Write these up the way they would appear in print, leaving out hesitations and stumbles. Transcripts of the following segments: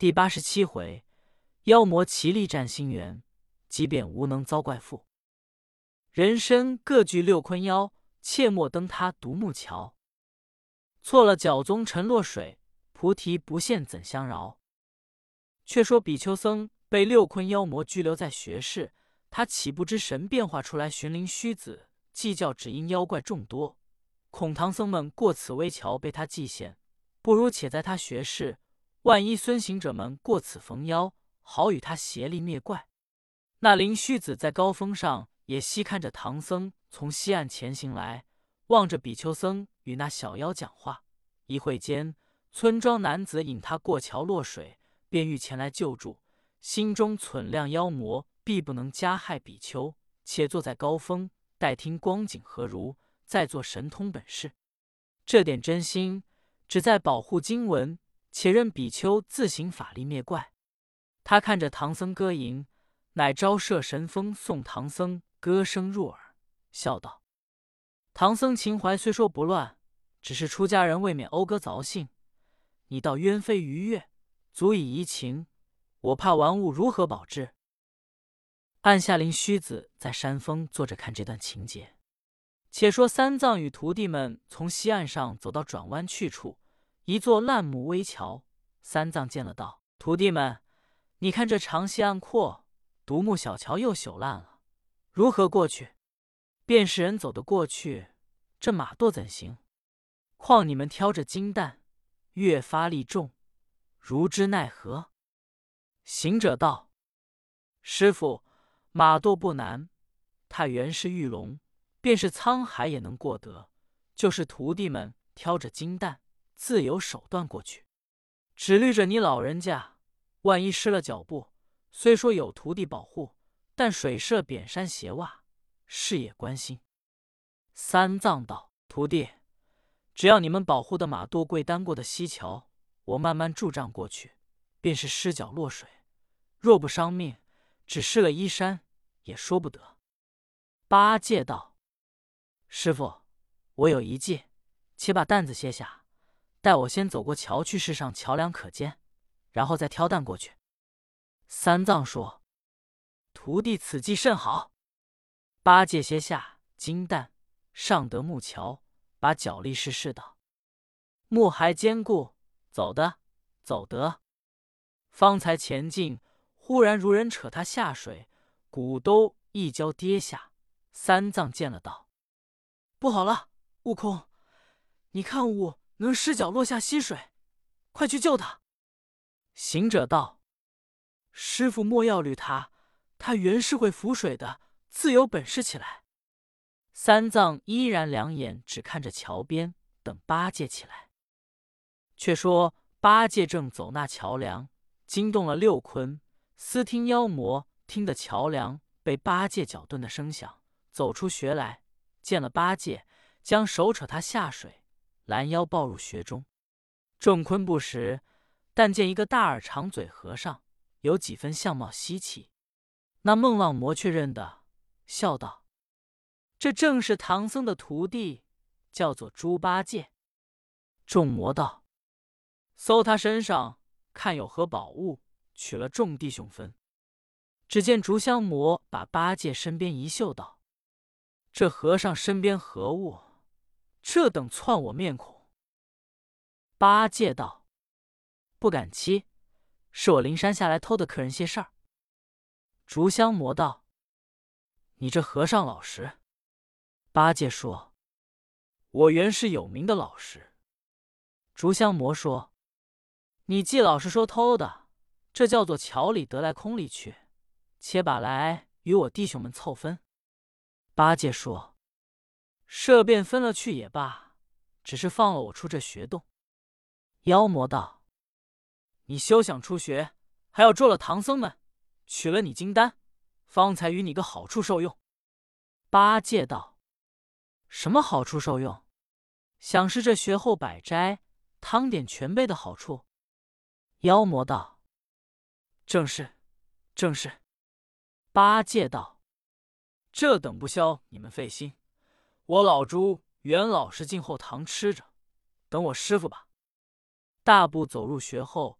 第87回，妖魔齐力战心源，即便无能遭怪妇。人参各具六坤妖，切莫登他独木桥。错了脚宗沉落水，菩提不现怎相饶？却说比丘僧被六坤妖魔拘留在学室，他岂不知神变化出来寻灵虚子，计较只因妖怪众多，恐唐僧们过此危桥被他记现，不如且在他学室，万一孙行者们过此逢妖，好与他协力灭怪。那灵虚子在高峰上也细看着唐僧从西岸前行来，望着比丘僧与那小妖讲话。一会间，村庄男子引他过桥落水，便欲前来救助，心中忖量妖魔必不能加害比丘，且坐在高峰，待听光景何如，再做神通本事。这点真心，只在保护经文，且任比丘自行法力灭怪。他看着唐僧歌吟，乃招摄神风送唐僧歌声入耳，笑道：“唐僧情怀虽说不乱，只是出家人未免讴歌凿性，你倒鸢飞鱼跃，足以怡情，我怕玩物如何保质？”按下灵虚子在山峰坐着看这段情节。且说三藏与徒弟们从西岸上走到转弯去处，一座烂木危桥。三藏见了道：“徒弟们，你看这长溪岸阔，独木小桥又朽烂了，如何过去？便是人走得过去，这马舵怎行？况你们挑着金担，越发力重，如之奈何？”行者道：“师父，马舵不难，它原是玉龙，便是沧海也能过得，就是徒弟们挑着金担，自有手段过去。只虑着你老人家，万一失了脚步，虽说有徒弟保护，但水涉扁山斜洼，事也关心。”三藏道：“徒弟，只要你们保护的马舵贵担过的溪桥，我慢慢助仗过去，便是失脚落水，若不伤命，只失了衣衫，也说不得。”八戒道：“师父，我有一计，且把担子卸下，待我先走过桥去，试上桥梁可见，然后再挑担过去。”三藏说：“徒弟此计甚好。”八戒卸下金担，上得木桥，把脚力试道：“木还坚固，走得，走得。”方才前进，忽然如人扯他下水，骨兜一跤跌下。三藏见了道：“不好了，悟空，你看悟能失脚落下溪水，快去救他。”行者道：“师父莫要虑他，他原是会浮水的，自有本事起来。”三藏依然两眼只看着桥边，等八戒起来。却说八戒正走那桥梁，惊动了六坤，私听妖魔听得桥梁被八戒脚顿的声响，走出穴来，见了八戒，将手扯他下水，拦腰抱入穴中。众坤不识，但见一个大耳长嘴和尚，有几分相貌稀奇。那孟浪魔却认得，笑道：“这正是唐僧的徒弟，叫做猪八戒。”众魔道：“搜他身上，看有何宝物，取了众弟兄分。”只见竹香魔把八戒身边一嗅道：“这和尚身边何物？这等窜我面孔。”八戒道：“不敢欺，是我灵山下来偷的客人些事儿。”竹香魔道：“你这和尚老实。”八戒说：“我原是有名的老实。”竹香魔说：“你既老实说偷的，这叫做桥里得来空里去，且把来与我弟兄们凑分。”八戒说：“设便分了去也罢，只是放了我出这穴洞。”妖魔道：“你休想出穴，还要捉了唐僧们，取了你金丹，方才与你个好处受用。”八戒道：“什么好处受用？想是这穴后百斋汤点全备的好处？”妖魔道：“正是，正是。”八戒道：“这等不消你们费心，我老猪原老实进后堂吃着，等我师傅吧。”大步走入穴后，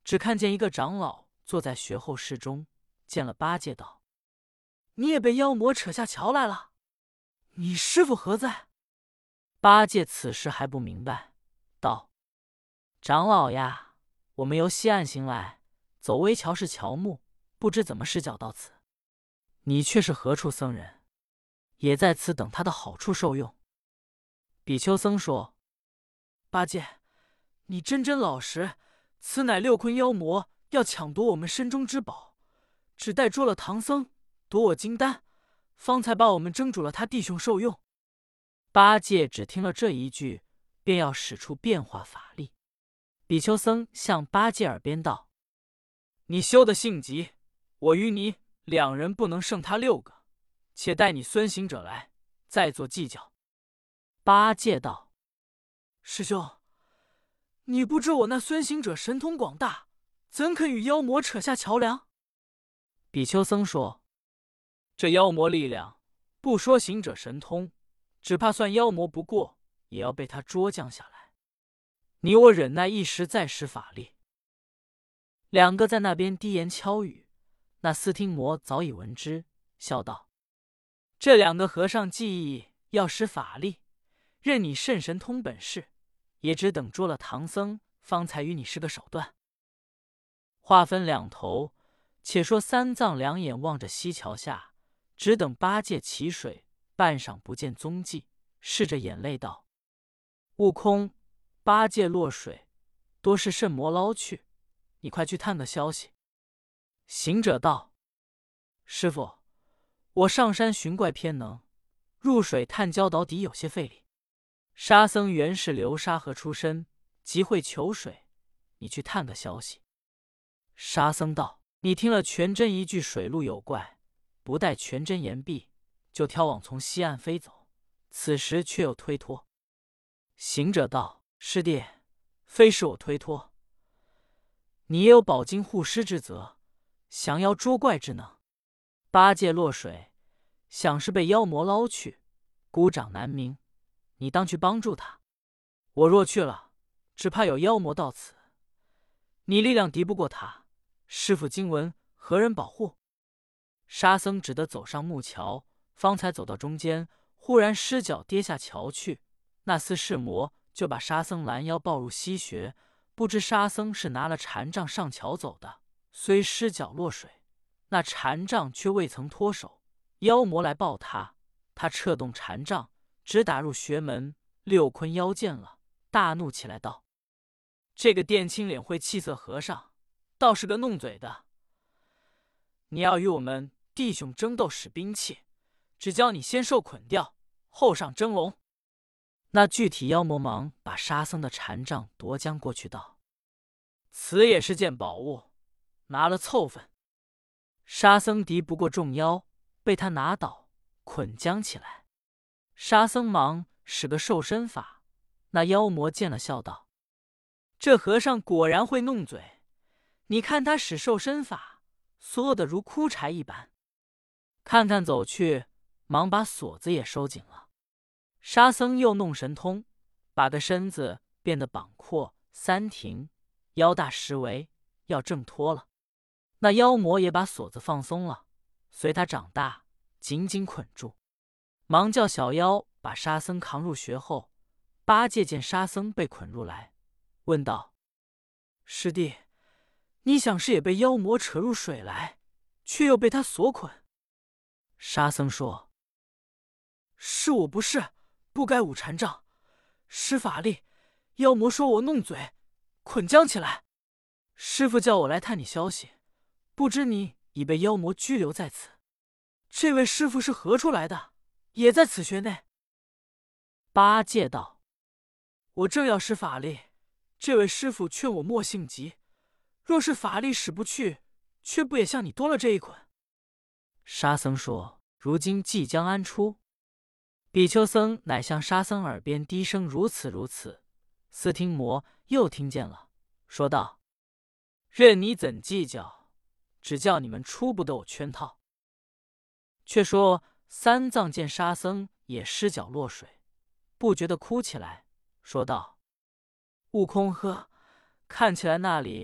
只看见一个长老坐在学后室中，见了八戒，道：“你也被妖魔扯下桥来了？你师父何在？”八戒此时还不明白，道：“长老呀，我们由西岸行来，走危桥是乔木，不知怎么失脚到此。你却是何处僧人？也在此等他的好处受用。”比丘僧说：“八戒，你真老实，此乃六坤妖魔要抢夺我们身中之宝，只待捉了唐僧，夺我金丹，方才把我们蒸煮了他弟兄受用。”八戒只听了这一句，便要使出变化法力。比丘僧向八戒耳边道：“你修的性急，我与你两人不能胜他6个，且待你孙行者来，再做计较。”八戒道：“师兄，你不知我那孙行者神通广大，怎肯与妖魔扯下桥梁？”比丘僧说：“这妖魔力量，不说行者神通，只怕算妖魔不过，也要被他捉降下来。你我忍耐一时，再使法力。”两个在那边低言悄语，那司听魔早已闻之，笑道：“这两个和尚记忆要使法力，任你甚神通本事，也只等捉了唐僧，方才与你是个手段。”话分两头，且说三藏两眼望着西桥下，只等八戒起水，半晌不见踪迹，拭着眼泪道：“悟空，八戒落水，多是甚魔捞去，你快去探个消息。”行者道：“师父，我上山寻怪偏能，入水探蛟岛底有些费力。沙僧原是流沙河出身，极会求水，你去探个消息。”沙僧道：“你听了全真一句水路有怪，不待全真言毕，就挑往从西岸飞走，此时却又推脱。”行者道：“师弟，非是我推脱，你也有保经护师之责，降妖捉怪之能。八戒落水，想是被妖魔捞去，孤掌难鸣，你当去帮助他。我若去了，只怕有妖魔到此，你力量敌不过他，师父经文何人保护？”沙僧只得走上木桥，方才走到中间，忽然失脚跌下桥去。那厮是魔，就把沙僧拦腰抱入溪穴。不知沙僧是拿了禅杖上桥走的，虽失脚落水，那禅杖却未曾脱手。妖魔来抱他，他掣动禅杖，只打入穴门。六坤妖见了，大怒起来，道：“这个靛青脸会气色和尚，倒是个弄嘴的。你要与我们弟兄争斗使兵器，只教你先受捆掉，后上蒸笼。”那具体妖魔忙把沙僧的禅杖夺将过去，道：“此也是件宝物，拿了凑分。”沙僧敌不过众妖，被他拿倒，捆将起来。沙僧忙使个瘦身法，那妖魔见了，笑道：“这和尚果然会弄嘴，你看他使瘦身法，缩得如枯柴一般。”看看走去，忙把锁子也收紧了。沙僧又弄神通，把个身子变得膀阔三庭，腰大10围，要挣脱了。那妖魔也把锁子放松了，随他长大，紧紧捆住。忙叫小妖把沙僧扛入穴后。八戒见沙僧被捆入来，问道：“师弟，你想是也被妖魔扯入水来，却又被他锁捆？”沙僧说：“是我不是，不该舞禅杖，施法力。妖魔说我弄嘴，捆将起来。师父叫我来探你消息，不知你已被妖魔拘留在此。这位师父是何处来的？也在此穴内？”八戒道：“我正要施法力，这位师父劝我莫性急，若是法力使不去，却不也像你多了这一捆？”沙僧说：“如今即将安出？”比丘僧乃向沙僧耳边低声如此如此。司听魔又听见了，说道：“任你怎计较，只叫你们出不得我圈套。”却说三藏见沙僧也失脚落水，不觉得哭起来，说道：“悟空呵，看起来那里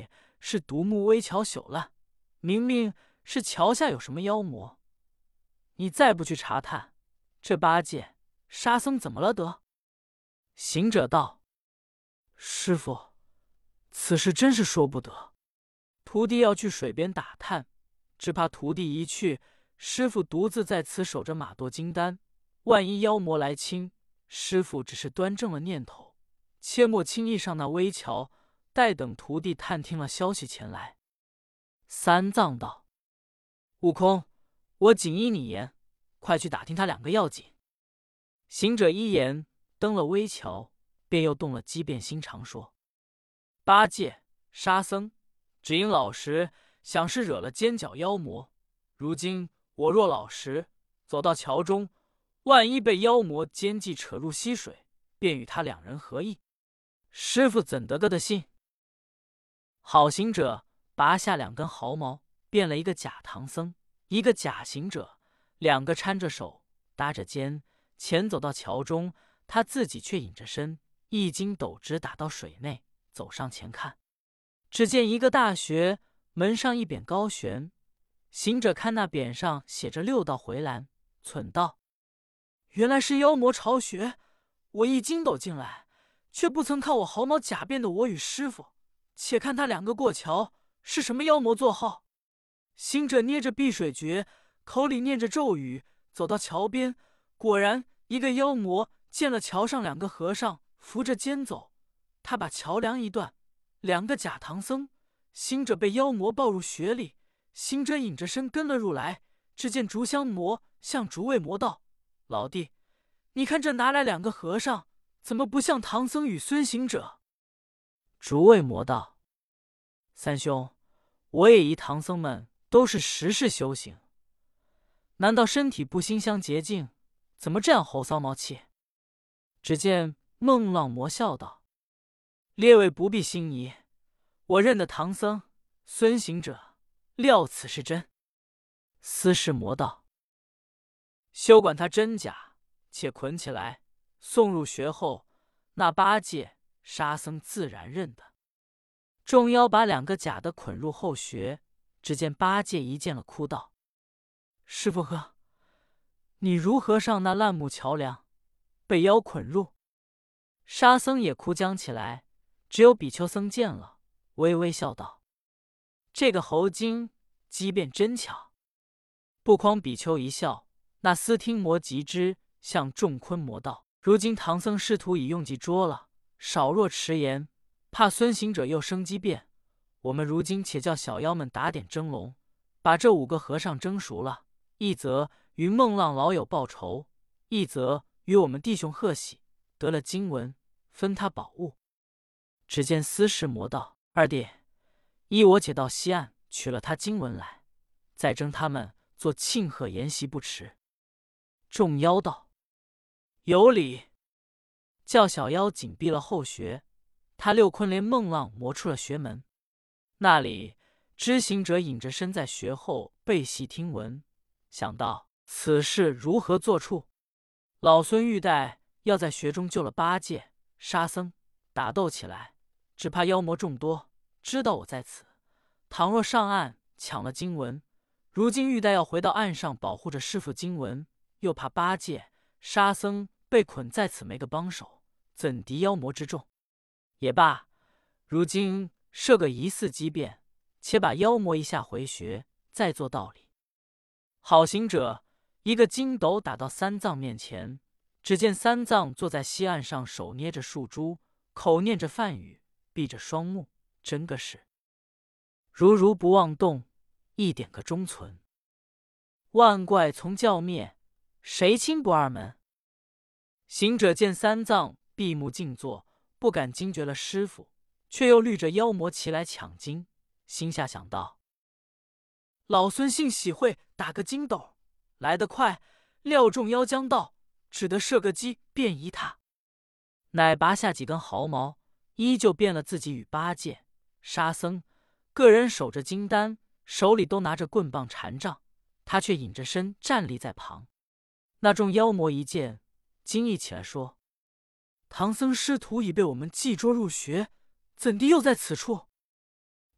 是独木危桥朽烂，明明是桥下有什么妖魔。你再不去查探，这八戒、沙僧怎么了得？”行者道：“师傅，此事真是说不得。徒弟要去水边打探，只怕徒弟一去，师傅独自在此守着马垛金丹，万一妖魔来侵，师傅只是端正了念头，切莫轻易上那危桥，待等徒弟探听了消息前来。”三藏道：“悟空，我谨依你言，快去打听他两个要紧。”行者依言，登了危桥，便又动了机变心肠，说：“八戒、沙僧，只因老实，想是惹了尖角妖魔。如今我若老实，走到桥中，万一被妖魔奸计扯入溪水，便与他两人合议，师傅怎得的信？”好行者拔下2根毫毛，变了一个假唐僧，一个假行者，两个搀着手，搭着肩，前走到桥中，他自己却隐着身，一筋斗直打到水内，走上前看，只见一个大穴，门上一匾高悬。行者看那匾上写着6道回栏，忖道：“原来是妖魔巢穴，我一筋斗进来，却不曾靠我毫毛假变的我与师傅。且看他两个过桥，是什么妖魔作号？”行者捏着碧水诀，口里念着咒语，走到桥边，果然一个妖魔见了桥上2个和尚扶着肩走，他把桥梁一断，2个假唐僧，行者被妖魔抱入穴里，行者隐着身跟了入来。只见竹香魔向竹味魔道：“老弟，你看这拿来2个和尚，怎么不像唐僧与孙行者？”竹味魔道：“三兄，我也疑唐僧们都是实事修行，难道身体不馨香洁净，怎么这样猴骚毛气？”只见孟浪魔笑道：“列位不必心疑，我认得唐僧、孙行者，料此是真。”司事魔道：“休管他真假，且捆起来，送入穴后，那八戒、沙僧自然认得。”众妖把2个假的捆入后穴，只见八戒一见了，哭道：“师傅呵，你如何上那烂木桥梁，被妖捆入？”沙僧也哭将起来，只有比丘僧见了，微微笑道：“这个猴精机变真巧。”不匡比丘一笑，那思听魔急之，向众坤魔道：“如今唐僧师徒已用计捉了，少若迟延，怕孙行者又生机变。我们如今且叫小妖们打点蒸笼，把这5个和尚蒸熟了，一则与孟浪老友报仇，一则与我们弟兄贺喜，得了经文，分他宝物。”只见司事魔道：“二弟，依我且到西岸取了他经文来，再征他们做庆贺筵席不迟。”众妖道：“有理。”叫小妖紧闭了后穴，他6坤连孟浪磨出了穴门。那里知行者隐着身在穴后背细听闻，想到此事如何做处？老孙欲待要在穴中救了八戒、沙僧，打斗起来，只怕妖魔众多，知道我在此。倘若上岸抢了经文，如今欲待要回到岸上保护着师傅经文，又怕八戒、沙僧被捆在此没个帮手，怎敌妖魔之众？也罢，如今设个疑似机变，且把妖魔一下回穴，再做道理。好行者一个筋斗打到三藏面前，只见三藏坐在溪岸上，手捏着树珠，口念着梵语，闭着双目，真个是如不妄动，一点个中存。万怪从教灭，谁亲不二门？行者见三藏闭目静坐，不敢惊觉了师傅，却又虑着妖魔齐来抢经，心下想到：老孙幸喜会打个筋斗，来得快，料中妖将到，只得设个机便移他。乃拔下几根毫毛，依旧变了自己与八戒、沙僧个人守着金丹，手里都拿着棍棒禅杖，他却隐着身站立在旁。那众妖魔一见，惊异起来，说：唐僧师徒已被我们计捉入穴，怎地又在此处？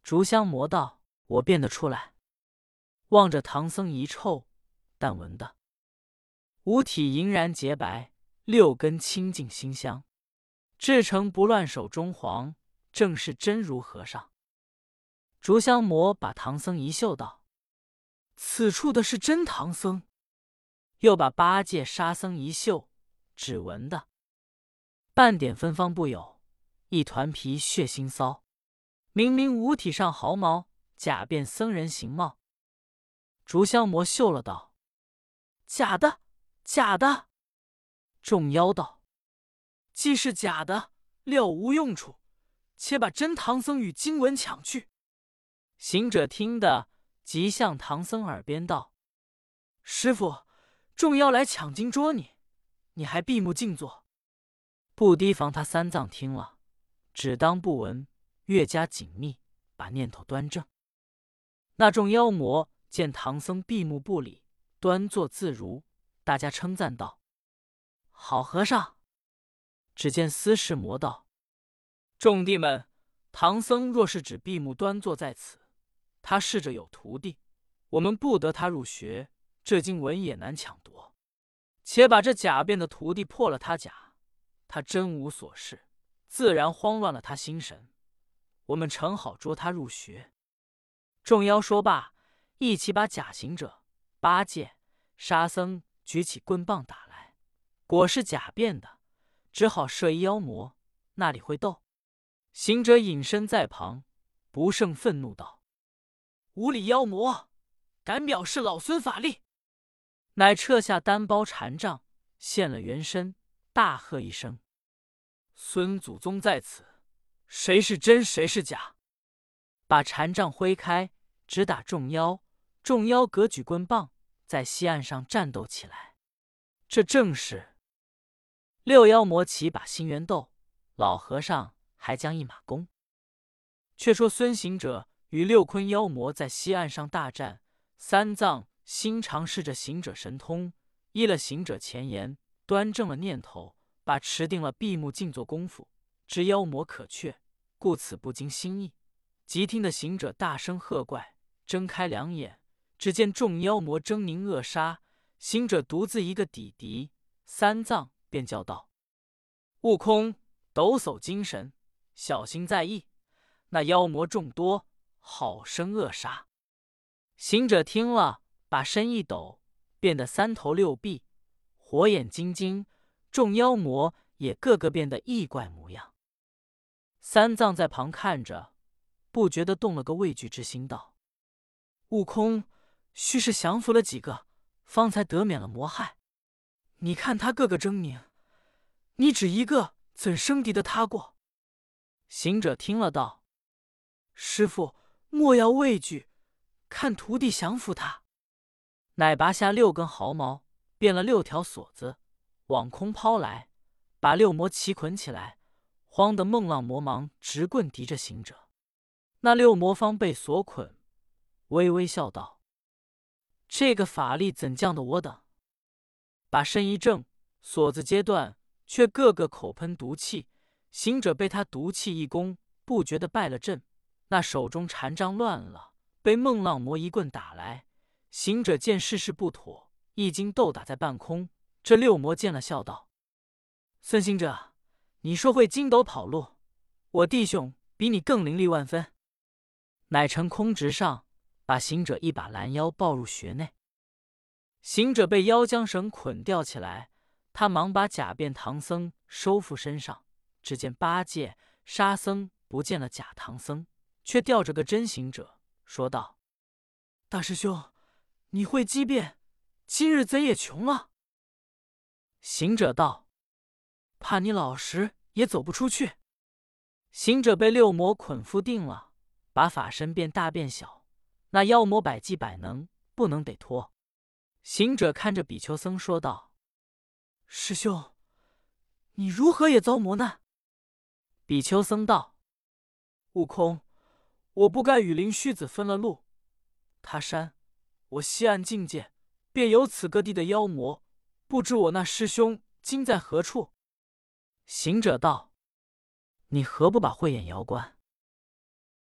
竹香魔道：“我辨得出来。”望着唐僧一臭，但闻的五体莹然洁白，六根清净馨香，至诚不乱手中黄，正是真如和尚。竹香魔把唐僧一嗅道：“此处的是真唐僧。”又把八戒、沙僧一嗅，只闻的半点芬芳不有，一团皮血腥骚，明明五体上毫毛，假变僧人形貌。竹香魔嗅了道：“假的，假的。”众妖道：“既是假的，料无用处，且把真唐僧与经文抢去。”行者听得，即向唐僧耳边道：“师父，众妖来抢经捉你，你还闭目静坐。”不提防他三藏听了，只当不闻，越加紧密，把念头端正。那众妖魔见唐僧闭目不理，端坐自如，大家称赞道：“好和尚。”只见司事魔道：“众弟们，唐僧若是只闭目端坐在此，他试着有徒弟，我们不得他入学，这经文也难抢夺。且把这假变的徒弟破了他假，他真无所事，自然慌乱了他心神，我们正好捉他入学。”众妖说罢，一起把假行者、八戒、沙僧举起棍棒打来。果是假变的，只好射一妖魔，那里会斗？行者隐身在旁，不胜愤怒道：“无礼妖魔，敢藐视老孙法力！”乃撤下单包禅杖，现了原身，大喝一声：“孙祖宗在此，谁是真谁是假？”把禅杖挥开，直打众妖。众妖各举棍棒，在西岸上战斗起来。这正是六妖魔齐把心猿斗，老和尚还将一马弓。却说孙行者与六坤妖魔在西岸上大战，三藏心常试着行者神通，依了行者前言，端正了念头，把持定了闭目静坐功夫，知妖魔可却，故此不惊心意。即听得行者大声喝怪，睁开两眼，只见众妖魔狰狞扼杀，行者独自一个抵敌。三藏便叫道：“悟空，抖擞精神，小心在意，那妖魔众多，好生扼杀。”行者听了，把身一抖，变得三头六臂，火眼金睛，众妖魔也个个变得异怪模样。三藏在旁看着，不觉得动了个畏惧之心，道：“悟空，须是降服了几个，方才得免了魔害。你看他个个狰狞，你只一个，怎生敌得他过？”行者听了道：“师父，莫要畏惧，看徒弟降服他。”乃拔下六根毫毛，变了六条锁子，往空抛来，把六魔齐捆起来，慌得孟浪魔忙直棍敌着行者。那六魔方被锁捆，微微笑道：“这个法力怎降的我等？”把身一正，锁子皆断，却个个口喷毒气。行者被他毒气一攻，不觉得败了阵，那手中禅杖乱了，被孟浪魔一棍打来。行者见事事不妥，一经斗打在半空。这六魔见了，笑道：“孙行者，你说会筋斗跑路，我弟兄比你更伶俐万分。”乃乘空直上，把行者一把拦腰抱入穴内。行者被腰缰绳捆吊起来，他忙把假变唐僧收附身上。只见八戒、沙僧不见了假唐僧，却吊着个真行者，说道：“大师兄，你会机变，今日怎也穷了？”行者道：“怕你老实，也走不出去。”行者被六魔捆缚定了，把法身变大变小，那妖魔百技百能，不能得脱。行者看着比丘僧说道：“师兄，你如何也遭魔难？”比丘僧道：“悟空，我不该与灵虚子分了路，他山我西岸觐见，便有此各地的妖魔，不知我那师兄今在何处？”行者道：“你何不把慧眼遥观？”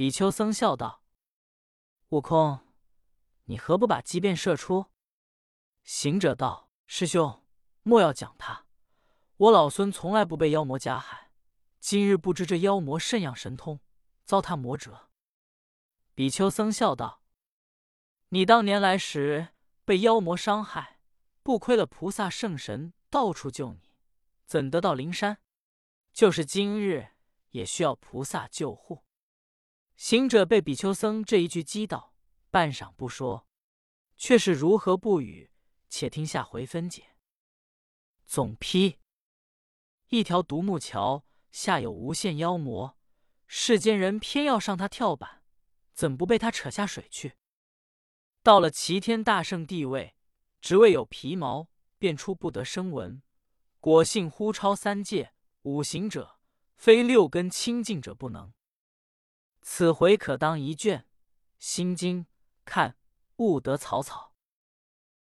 比丘僧笑道：“悟空，你何不把机变射出？”行者道：“师兄，莫要讲他。我老孙从来不被妖魔加害，今日不知这妖魔甚样神通，遭他魔折。”比丘僧笑道：“你当年来时被妖魔伤害，不亏了菩萨圣神到处救你，怎得到灵山？就是今日也需要菩萨救护。”行者被比丘僧这一句击倒，半晌不说，却是如何不语，且听下回分解。总批：一条独木桥下有无限妖魔，世间人偏要上他跳板，怎不被他扯下水去？到了齐天大圣地位，只为有皮毛，便出不得声闻，果性忽超三界五行者，非六根清净者不能。此回可当一卷《心经》看，悟得草草。